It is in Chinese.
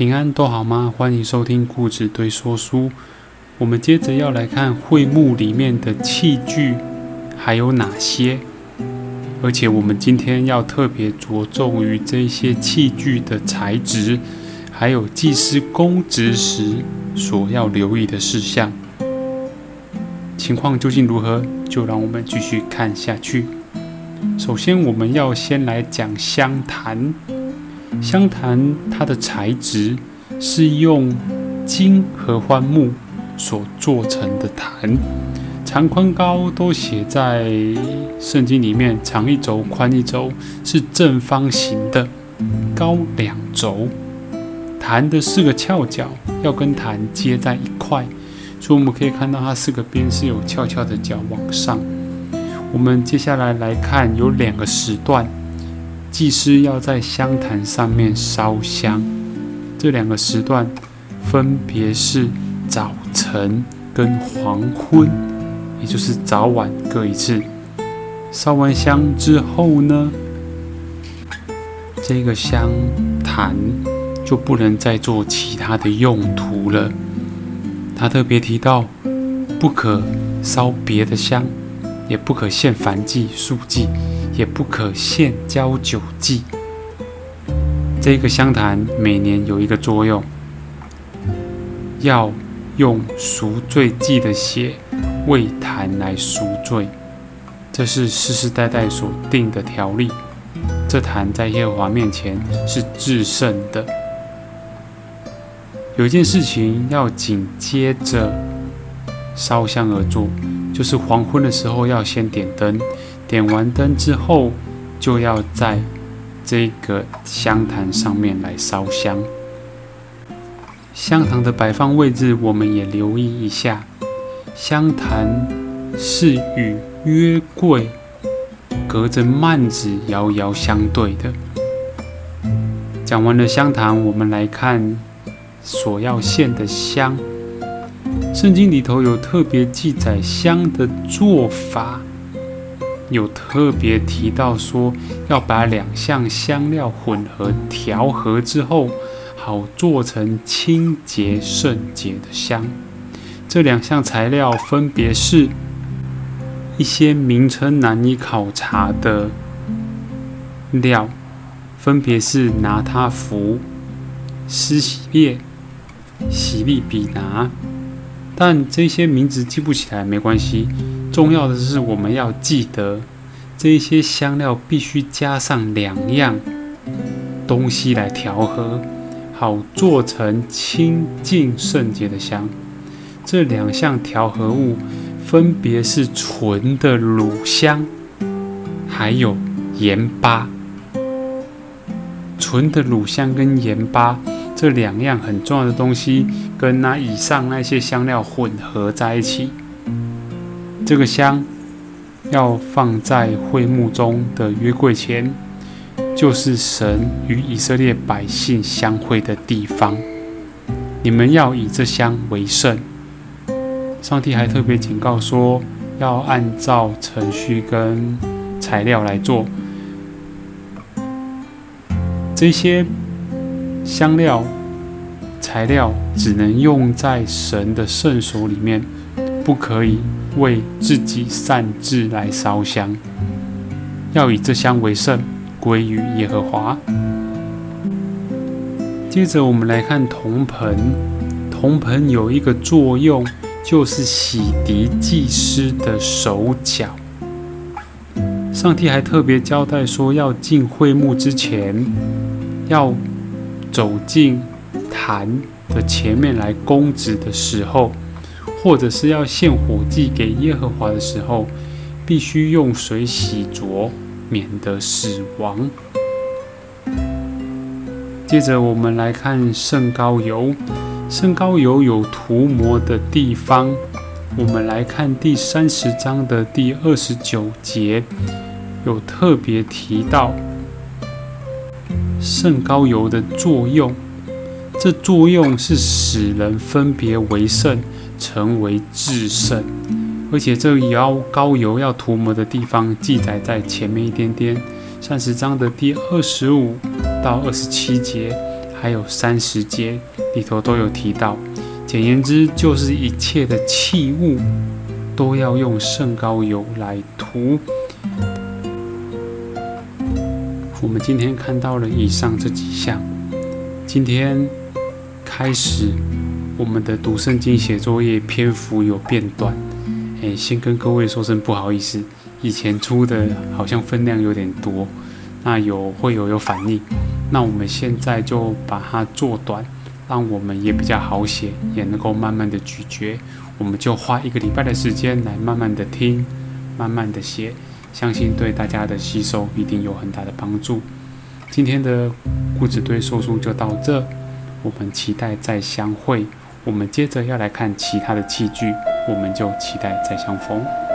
平安都好吗？欢迎收听故事堆说书。我们接着要来看会幕里面的器具还有哪些，而且我们今天要特别着重于这些器具的材质，还有祭司供职时所要留意的事项。情况究竟如何？就让我们继续看下去。首先，我们要先来讲香坛。香坛它的材质是用金合欢木所做成的坛，长宽高都写在圣经里面，长一轴，宽一轴，是正方形的，高2轴。坛的4个翘角要跟坛接在一块，所以我们可以看到它4个边是有翘翘的角往上。我们接下来来看有2个时段，祭司要在香坛上面烧香，这2个时段分别是早晨跟黄昏，也就是早晚各一次。烧完香之后呢，这个香坛就不能再做其他的用途了。他特别提到，不可烧别的香，也不可献燔祭、素祭，也不可献交酒祭。这个香坛每年有一个作用，要用赎罪祭的血为坛来赎罪，这是世世代代所定的条例。这坛在耶和华面前是至圣的。有一件事情要紧接着烧香而做，就是黄昏的时候要先点灯，点完灯之后就要在这个香坛上面来烧香。香坛的摆放位置我们也留意一下，香坛是与约柜隔着幔子遥遥相对的。讲完了香坛，我们来看所要献的香。圣经里头有特别记载香的做法，有特别提到说要把2项香料混合调和之后，好做成清洁圣洁的香。这2项材料分别是一些名称难以考察的料，分别是拿他弗、施洗列、洗利比拿。但这些名字记不起来没关系，重要的是我们要记得这些香料必须加上2样东西来调和，好做成清净圣洁的香。这2项调和物分别是纯的乳香还有盐巴。纯的乳香跟盐巴这2样很重要的东西，跟以上那些香料混合在一起。这个香要放在会幕中的约柜前，就是神与以色列百姓相会的地方。你们要以这香为圣。上帝还特别警告说，要按照程序跟材料来做。这些香料材料只能用在神的圣所里面，不可以为自己擅自来烧香，要以这香为圣，归于耶和华。接着我们来看铜盆。铜盆有一个作用，就是洗涤祭司的手脚。上帝还特别交代说，要进会幕之前，要走进坛的前面来供职的时候，或者是要献火祭给耶和华的时候，必须用水洗濯，免得死亡。接着我们来看圣膏油。圣膏油有涂抹的地方，我们来看第30章的第29节，有特别提到圣膏油的作用。这作用是使人分别为圣，成为至圣。而且这膏油要涂抹的地方记载在前面一点点，30章的第25到27节， 还有30节里头都有提到。简言之，就是一切的器物都要用圣膏油来涂。我们今天看到了以上这几项，今天开始我们的读圣经写作业篇幅有变短，先跟各位说声不好意思，以前出的好像分量有点多，那会有反应，那我们现在就把它做短，让我们也比较好写，也能够慢慢的咀嚼。我们就花1个礼拜的时间来慢慢的听，慢慢的写，相信对大家的吸收一定有很大的帮助。今天的故纸堆说书就到这，我们期待再相会。我们接着要来看其他的器具，我们就期待再相逢。